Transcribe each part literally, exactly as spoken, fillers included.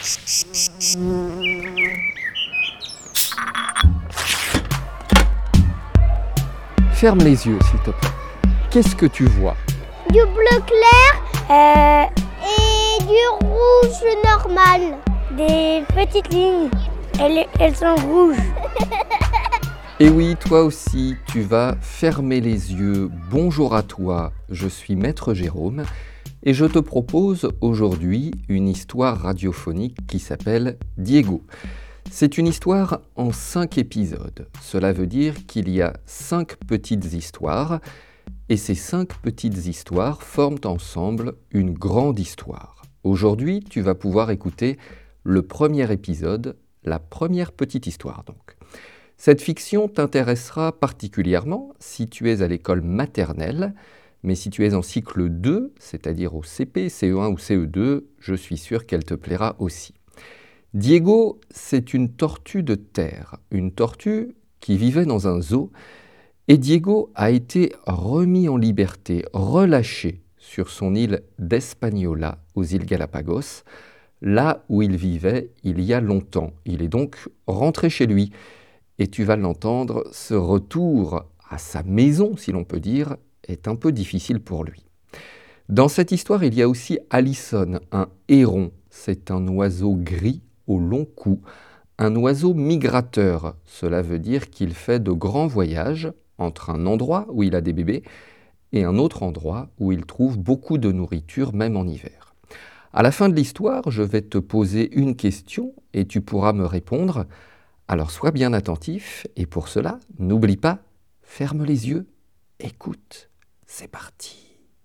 Ferme les yeux, s'il te plaît. Qu'est-ce que tu vois? Du bleu clair euh, et du rouge normal. Des petites lignes. Elles, elles sont rouges. Et oui, toi aussi, tu vas fermer les yeux. Bonjour à toi, je suis Maître Jérôme et je te propose aujourd'hui une histoire radiophonique qui s'appelle Diego. C'est une histoire en cinq épisodes. Cela veut dire qu'il y a cinq petites histoires et ces cinq petites histoires forment ensemble une grande histoire. Aujourd'hui, tu vas pouvoir écouter le premier épisode, la première petite histoire donc. Cette fiction t'intéressera particulièrement si tu es à l'école maternelle, mais si tu es en cycle deux, c'est-à-dire au C P, C E un ou C E deux, je suis sûr qu'elle te plaira aussi. Diego, c'est une tortue de terre, une tortue qui vivait dans un zoo, et Diego a été remis en liberté, relâché sur son île d'Espagnola, aux îles Galapagos, là où il vivait il y a longtemps. Il est donc rentré chez lui. Et tu vas l'entendre, ce retour à sa maison, si l'on peut dire, est un peu difficile pour lui. Dans cette histoire, il y a aussi Allison, un héron. C'est un oiseau gris au long cou, un oiseau migrateur. Cela veut dire qu'il fait de grands voyages entre un endroit où il a des bébés et un autre endroit où il trouve beaucoup de nourriture, même en hiver. À la fin de l'histoire, je vais te poser une question et tu pourras me répondre. Alors sois bien attentif et pour cela, n'oublie pas, ferme les yeux, écoute, c'est parti.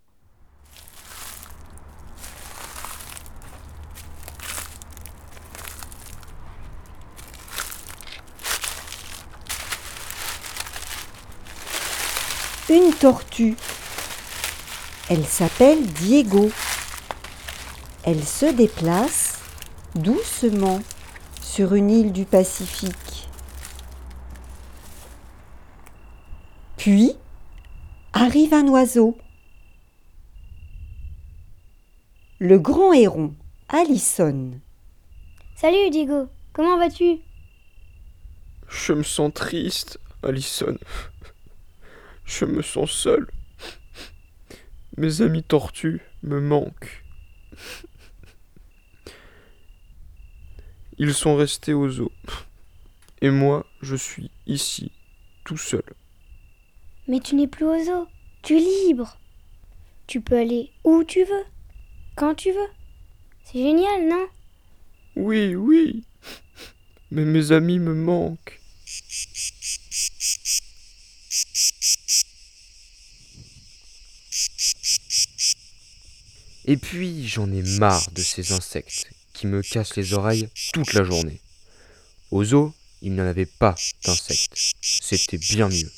Une tortue. Elle s'appelle Diego. Elle se déplace doucement sur une île du Pacifique. Puis arrive un oiseau. Le grand héron, Allison. Salut Diego, comment vas-tu? Je me sens triste, Allison. Je me sens seul. Mes amis tortues me manquent. Ils sont restés au zoo. Et moi, je suis ici, tout seul. Mais tu n'es plus au zoo, tu es libre. Tu peux aller où tu veux, quand tu veux. C'est génial, non? Oui, oui. Mais mes amis me manquent. Et puis, j'en ai marre de ces insectes qui me cassent les oreilles toute la journée. Au zoo, il n'y en avait pas d'insectes. C'était bien mieux.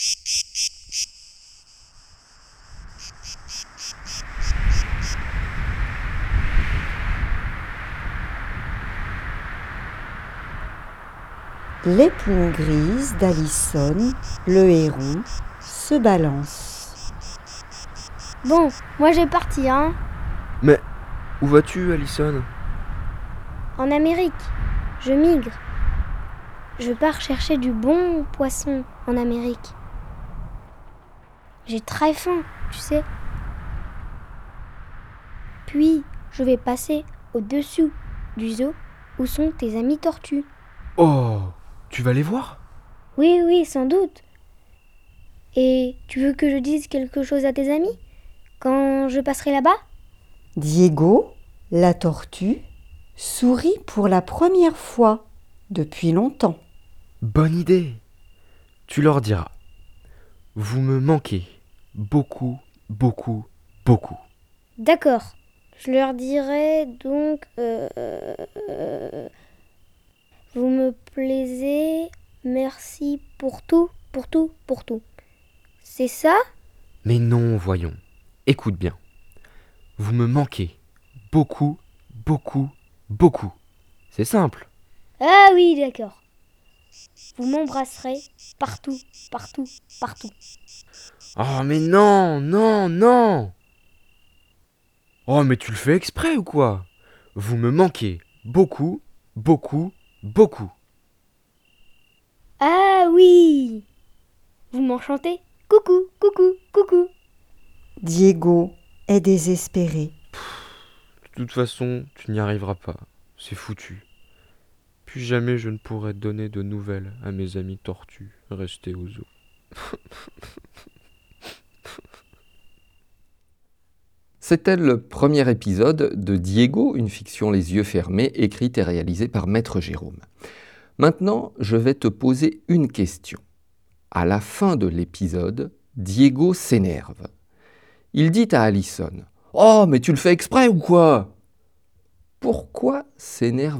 Les plumes grises d'Allison, le héron, se balancent. Bon, moi je vais partir, hein. Mais où vas-tu, Allison? En Amérique, je migre. Je pars chercher du bon poisson en Amérique. J'ai très faim, tu sais. Puis, je vais passer au-dessous du zoo où sont tes amis tortues. Oh, tu vas les voir? Oui, oui, sans doute. Et tu veux que je dise quelque chose à tes amis quand je passerai là-bas? Diego, la tortue, sourit pour la première fois depuis longtemps. Bonne idée. Tu leur diras. Vous me manquez beaucoup, beaucoup, beaucoup. D'accord. Je leur dirai donc... Euh, euh, vous me plaisez, merci pour tout, pour tout, pour tout. C'est ça? Mais non, voyons. Écoute bien. Vous me manquez beaucoup, beaucoup, beaucoup. C'est simple. Ah oui, d'accord. Vous m'embrasserez partout, partout, partout. Oh, mais non, non, non. Oh, mais tu le fais exprès ou quoi? Vous me manquez beaucoup, beaucoup, beaucoup. Ah oui! Vous m'enchantez? Coucou, coucou, coucou! Diego est désespéré. De toute façon, tu n'y arriveras pas. C'est foutu. Puis jamais je ne pourrai donner de nouvelles à mes amis tortues restés au zoo. C'était le premier épisode de Diego, une fiction les yeux fermés, écrite et réalisée par Maître Jérôme. Maintenant, je vais te poser une question. À la fin de l'épisode, Diego s'énerve. Il dit à Alison « Oh, mais tu le fais exprès ou quoi ?» Pourquoi s'énerve-t-il ?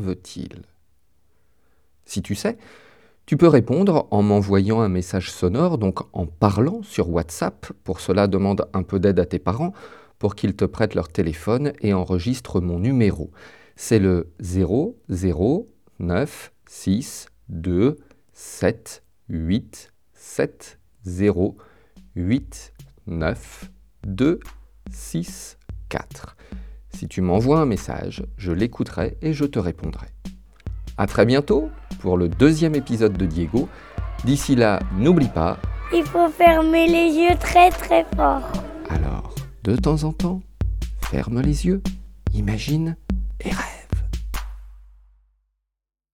Si tu sais, tu peux répondre en m'envoyant un message sonore, donc en parlant sur WhatsApp. Pour cela, demande un peu d'aide à tes parents pour qu'ils te prêtent leur téléphone et enregistrent mon numéro. C'est le zéro zéro neuf six deux sept huit sept zéro huit neuf deux six quatre. Si tu m'envoies un message, je l'écouterai et je te répondrai. À très bientôt pour le deuxième épisode de Diego. D'ici là, n'oublie pas, Il faut fermer les yeux très très fort. alors, de temps en temps, ferme les yeux, imagine et rêve.